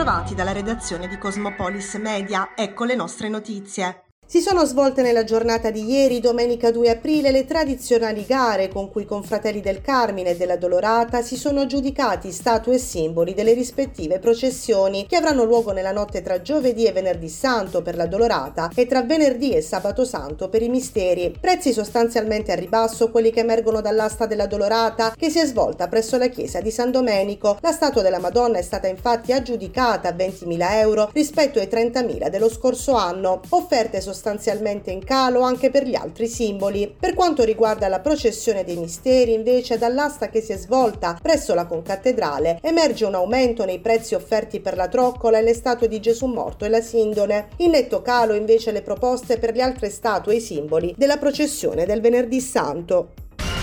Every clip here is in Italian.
Bentrovati dalla redazione di Cosmopolis Media, ecco le nostre notizie. Si sono svolte nella giornata di ieri, domenica 2 aprile, le tradizionali gare con cui i confratelli del Carmine e della Dolorata si sono aggiudicati statue e simboli delle rispettive processioni che avranno luogo nella notte tra giovedì e venerdì santo per la Dolorata e tra venerdì e sabato santo per i misteri. Prezzi sostanzialmente a ribasso quelli che emergono dall'asta della Dolorata che si è svolta presso la chiesa di San Domenico. La statua della Madonna è stata infatti aggiudicata a 20.000 euro rispetto ai 30.000 dello scorso anno. Offerte sostanzialmente in calo anche per gli altri simboli. Per quanto riguarda la processione dei misteri, invece, dall'asta che si è svolta presso la concattedrale emerge un aumento nei prezzi offerti per la troccola e le statue di Gesù morto e la sindone. In netto calo invece le proposte per le altre statue e i simboli della processione del Venerdì Santo.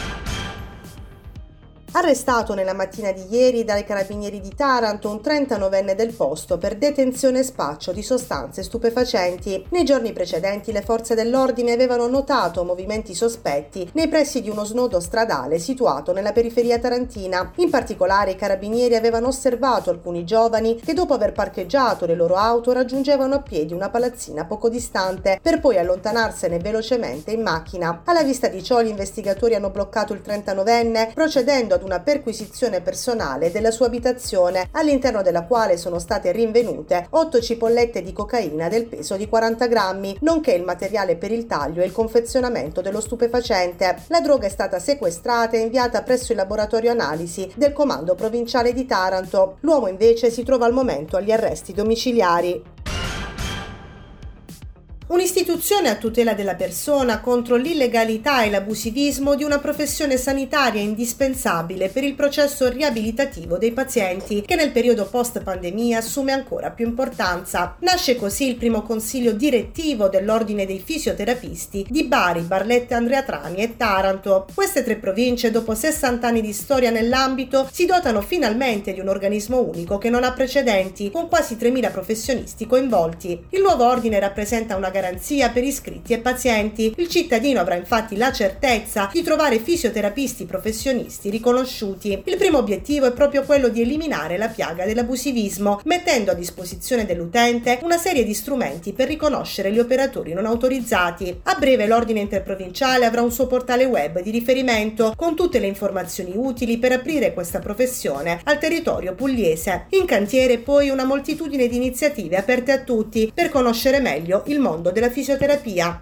Arrestato nella mattina di ieri dai carabinieri di Taranto un 39enne del posto per detenzione e spaccio di sostanze stupefacenti. Nei giorni precedenti le forze dell'ordine avevano notato movimenti sospetti nei pressi di uno snodo stradale situato nella periferia tarantina. In particolare i carabinieri avevano osservato alcuni giovani che dopo aver parcheggiato le loro auto raggiungevano a piedi una palazzina poco distante per poi allontanarsene velocemente in macchina. Alla vista di ciò gli investigatori hanno bloccato il 39enne procedendo ad una perquisizione personale della sua abitazione, all'interno della quale sono state rinvenute 8 cipollette di cocaina del peso di 40 grammi, nonché il materiale per il taglio e il confezionamento dello stupefacente. La droga è stata sequestrata e inviata presso il laboratorio analisi del comando provinciale di Taranto. L'uomo invece si trova al momento agli arresti domiciliari. Un'istituzione a tutela della persona contro l'illegalità e l'abusivismo di una professione sanitaria indispensabile per il processo riabilitativo dei pazienti, che nel periodo post-pandemia assume ancora più importanza. Nasce così il primo consiglio direttivo dell'Ordine dei Fisioterapisti di Bari, Barletta, Andreatrani e Taranto. Queste 3 province, dopo 60 anni di storia nell'ambito, si dotano finalmente di un organismo unico che non ha precedenti, con quasi 3.000 professionisti coinvolti. Il nuovo ordine rappresenta una garanzia per iscritti e pazienti. Il cittadino avrà infatti la certezza di trovare fisioterapisti professionisti riconosciuti. Il primo obiettivo è proprio quello di eliminare la piaga dell'abusivismo, mettendo a disposizione dell'utente una serie di strumenti per riconoscere gli operatori non autorizzati. A breve l'ordine interprovinciale avrà un suo portale web di riferimento con tutte le informazioni utili per aprire questa professione al territorio pugliese. In cantiere poi una moltitudine di iniziative aperte a tutti per conoscere meglio il mondo della fisioterapia.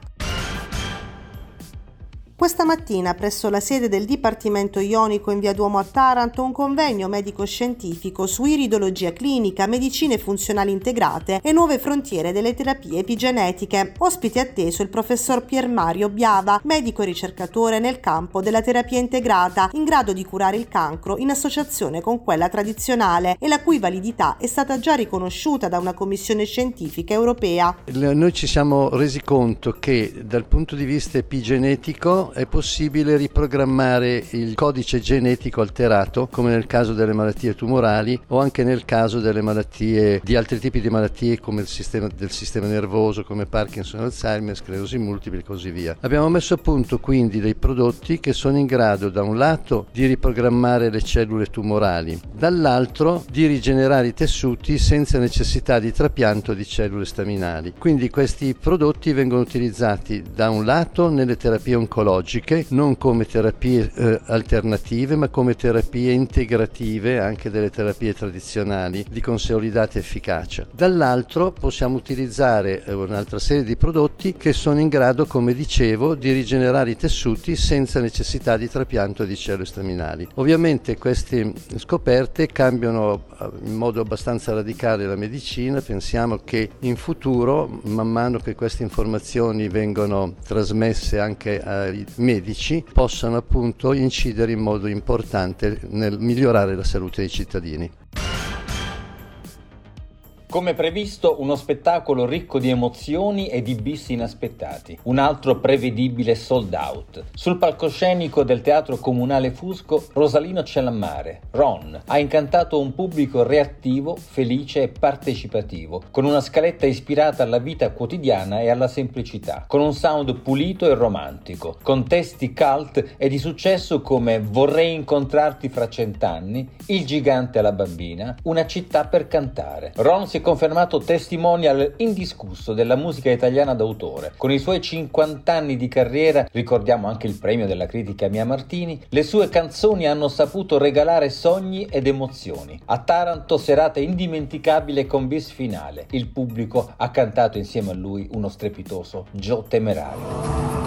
Questa mattina presso la sede del Dipartimento Ionico in via Duomo a Taranto un convegno medico-scientifico su iridologia clinica, medicine funzionali integrate e nuove frontiere delle terapie epigenetiche. Ospite atteso il professor Pier Mario Biava, medico e ricercatore nel campo della terapia integrata, in grado di curare il cancro in associazione con quella tradizionale e la cui validità è stata già riconosciuta da una commissione scientifica europea. Noi ci siamo resi conto che dal punto di vista epigenetico è possibile riprogrammare il codice genetico alterato, come nel caso delle malattie tumorali o anche nel caso delle malattie di altri tipi di malattie come il sistema nervoso, come Parkinson, Alzheimer, sclerosi multipli e così via. Abbiamo messo a punto quindi dei prodotti che sono in grado da un lato di riprogrammare le cellule tumorali, dall'altro di rigenerare i tessuti senza necessità di trapianto di cellule staminali. Quindi questi prodotti vengono utilizzati da un lato nelle terapie oncologiche, non come terapie alternative ma come terapie integrative anche delle terapie tradizionali di consolidata efficacia. Dall'altro possiamo utilizzare un'altra serie di prodotti che sono in grado, come dicevo, di rigenerare i tessuti senza necessità di trapianto di cellule staminali. Ovviamente queste scoperte cambiano in modo abbastanza radicale la medicina. Pensiamo che in futuro, man mano che queste informazioni vengono trasmesse anche ai medici, possano appunto incidere in modo importante nel migliorare la salute dei cittadini. Come previsto, uno spettacolo ricco di emozioni e di bis inaspettati. Un altro prevedibile sold out. Sul palcoscenico del Teatro Comunale Fusco, Rosalino Cellammare, Ron, ha incantato un pubblico reattivo, felice e partecipativo, con una scaletta ispirata alla vita quotidiana e alla semplicità, con un sound pulito e romantico, con testi cult e di successo come Vorrei incontrarti fra 100 anni, Il gigante alla bambina, Una città per cantare. Ron si è confermato testimonial indiscusso della musica italiana d'autore. Con i suoi 50 anni di carriera, ricordiamo anche il premio della critica Mia Martini, le sue canzoni hanno saputo regalare sogni ed emozioni. A Taranto serata indimenticabile con bis finale. Il pubblico ha cantato insieme a lui uno strepitoso Gio Temerario.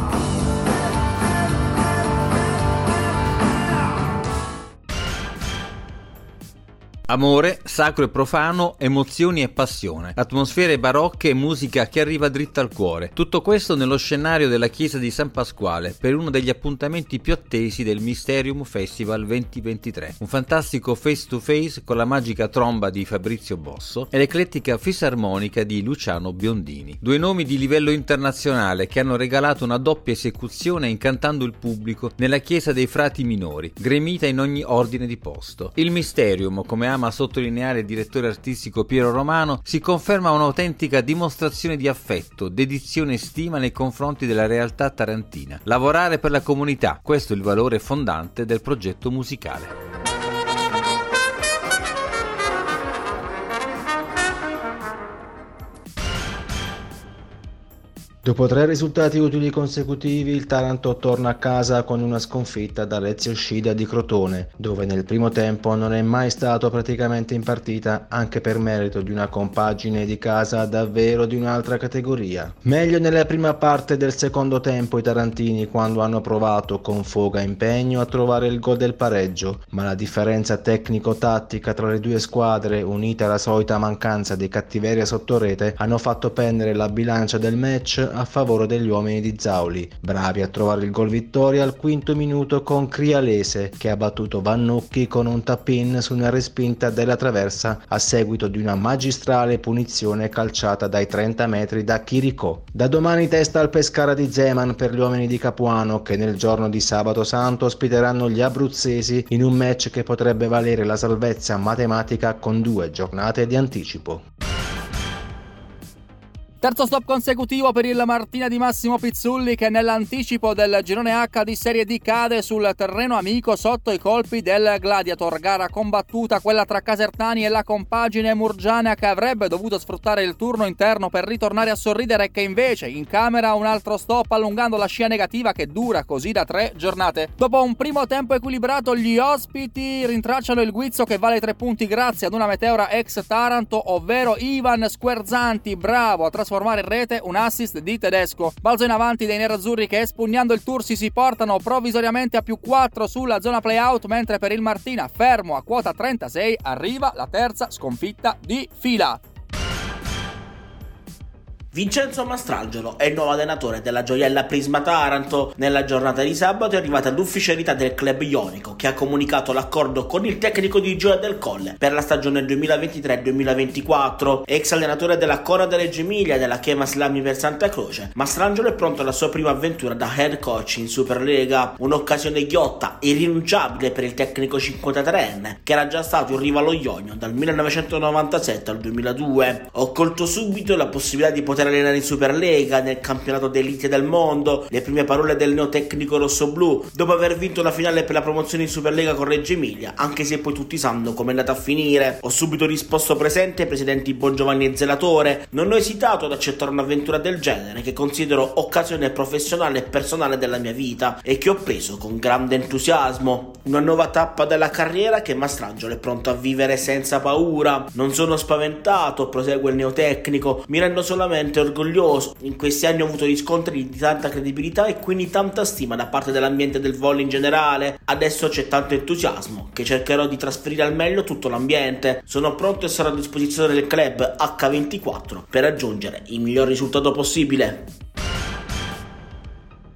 Amore, sacro e profano, emozioni e passione, atmosfere barocche e musica che arriva dritta al cuore. Tutto questo nello scenario della chiesa di San Pasquale per uno degli appuntamenti più attesi del Mysterium Festival 2023. Un fantastico face to face con la magica tromba di Fabrizio Bosso e l'eclettica fisarmonica di Luciano Biondini. Due nomi di livello internazionale che hanno regalato una doppia esecuzione incantando il pubblico nella chiesa dei frati minori, gremita in ogni ordine di posto. Il Mysterium, come ama sottolineare il direttore artistico Piero Romano, si conferma un'autentica dimostrazione di affetto, dedizione e stima nei confronti della realtà tarantina. Lavorare per la comunità, questo è il valore fondante del progetto musicale. Dopo 3 risultati utili consecutivi, il Taranto torna a casa con una sconfitta dall'Ezio Scida di Crotone, dove nel primo tempo non è mai stato praticamente in partita, anche per merito di una compagine di casa davvero di un'altra categoria. Meglio nella prima parte del secondo tempo i tarantini, quando hanno provato con foga e impegno a trovare il gol del pareggio, ma la differenza tecnico-tattica tra le due squadre, unita alla solita mancanza di cattiveria sotto rete, hanno fatto pendere la bilancia del match a favore degli uomini di Zauli, bravi a trovare il gol vittoria al quinto minuto con Crialese, che ha battuto Vannucchi con un tap-in su una respinta della traversa a seguito di una magistrale punizione calciata dai 30 metri da Chiricò. Da domani testa al Pescara di Zeman per gli uomini di Capuano, che nel giorno di Sabato Santo ospiteranno gli abruzzesi in un match che potrebbe valere la salvezza matematica con 2 giornate di anticipo. Terzo stop consecutivo per il Martina di Massimo Pizzulli, che nell'anticipo del girone H di Serie D cade sul terreno amico sotto i colpi del Gladiator. Gara combattuta quella tra Casertani e la compagine murgiana, che avrebbe dovuto sfruttare il turno interno per ritornare a sorridere e che invece incamera un altro stop allungando la scia negativa che dura così da 3 giornate. Dopo un primo tempo equilibrato, gli ospiti rintracciano il guizzo che vale 3 punti grazie ad una meteora ex Taranto, ovvero Ivan Squerzanti, bravo a trasformare in rete un assist di Tedesco. Balzo in avanti dei nerazzurri che, espugnando il Tursi, si portano provvisoriamente a +4 sulla zona playout, mentre per il Martina, fermo a quota 36, arriva la terza sconfitta di fila. Vincenzo Mastrangelo è il nuovo allenatore della Gioiella Prisma Taranto. Nella giornata di sabato è arrivata l'ufficialità del club ionico, che ha comunicato l'accordo con il tecnico di Gioia del Colle per la stagione 2023-2024. Ex allenatore della Cora della Reggio Emilia e della Chema Slami per Santa Croce, Mastrangelo è pronto alla sua prima avventura da head coach in Superlega, un'occasione ghiotta e irrinunciabile per il tecnico 53enne, che era già stato in riva allo Ionio dal 1997 al 2002. Ho colto subito la possibilità di poter allenare in Superlega, nel campionato d'elite del mondo, le prime parole del neotecnico rossoblù dopo aver vinto la finale per la promozione in Superlega con Reggio Emilia, anche se poi tutti sanno come è andata a finire. Ho subito risposto presente ai presidenti Bongiovanni e Zelatore, non ho esitato ad accettare un'avventura del genere che considero occasione professionale e personale della mia vita e che ho preso con grande entusiasmo. Una nuova tappa della carriera che Mastrangelo è pronto a vivere senza paura. Non sono spaventato, prosegue il neotecnico, mi rendo solamente orgoglioso. In questi anni ho avuto riscontri di tanta credibilità e quindi tanta stima da parte dell'ambiente del volley in generale. Adesso c'è tanto entusiasmo che cercherò di trasferire al meglio tutto l'ambiente. Sono pronto e sarò a disposizione del club H24 per raggiungere il miglior risultato possibile.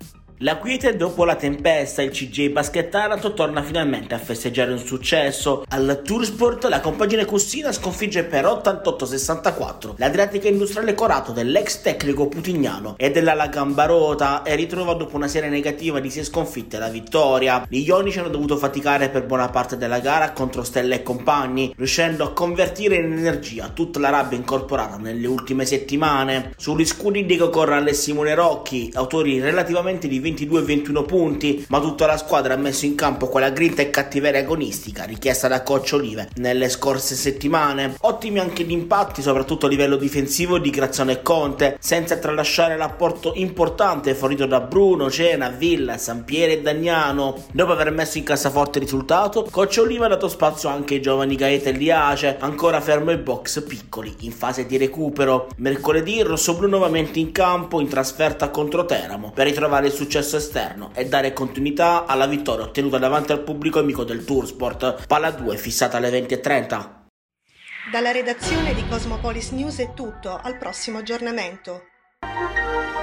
La quiete dopo la tempesta, il CJ Basket Taranto torna finalmente a festeggiare un successo. Al Toursport la compagine cussina sconfigge per 88-64 l'Adriatica Industriale Corato dell'ex tecnico putignano e della La Gambarota e ritrova dopo una serie negativa di 6 sconfitte la vittoria. Gli ionici hanno dovuto faticare per buona parte della gara contro Stella e compagni, riuscendo a convertire in energia tutta la rabbia incorporata nelle ultime settimane. Sugli scudi di Corrale e Simone Rocchi, autori relativamente di 22 e 21 punti, ma tutta la squadra ha messo in campo quella grinta e cattiveria agonistica richiesta da coach Olive nelle scorse settimane. Ottimi anche gli impatti, soprattutto a livello difensivo, di Graziano e Conte, senza tralasciare l'apporto importante fornito da Bruno, Cena, Villa, Sampieri e Dagnano. Dopo aver messo in cassaforte il risultato, coach Olive ha dato spazio anche ai giovani Gaeta e Liace, ancora fermo il box Piccoli, in fase di recupero. Mercoledì il rossoblu nuovamente in campo in trasferta contro Teramo per ritrovare il successo esterno e dare continuità alla vittoria ottenuta davanti al pubblico amico del Toursport. Palla 2 fissata alle 20:30. Dalla redazione di Cosmopolis News è tutto, al prossimo aggiornamento.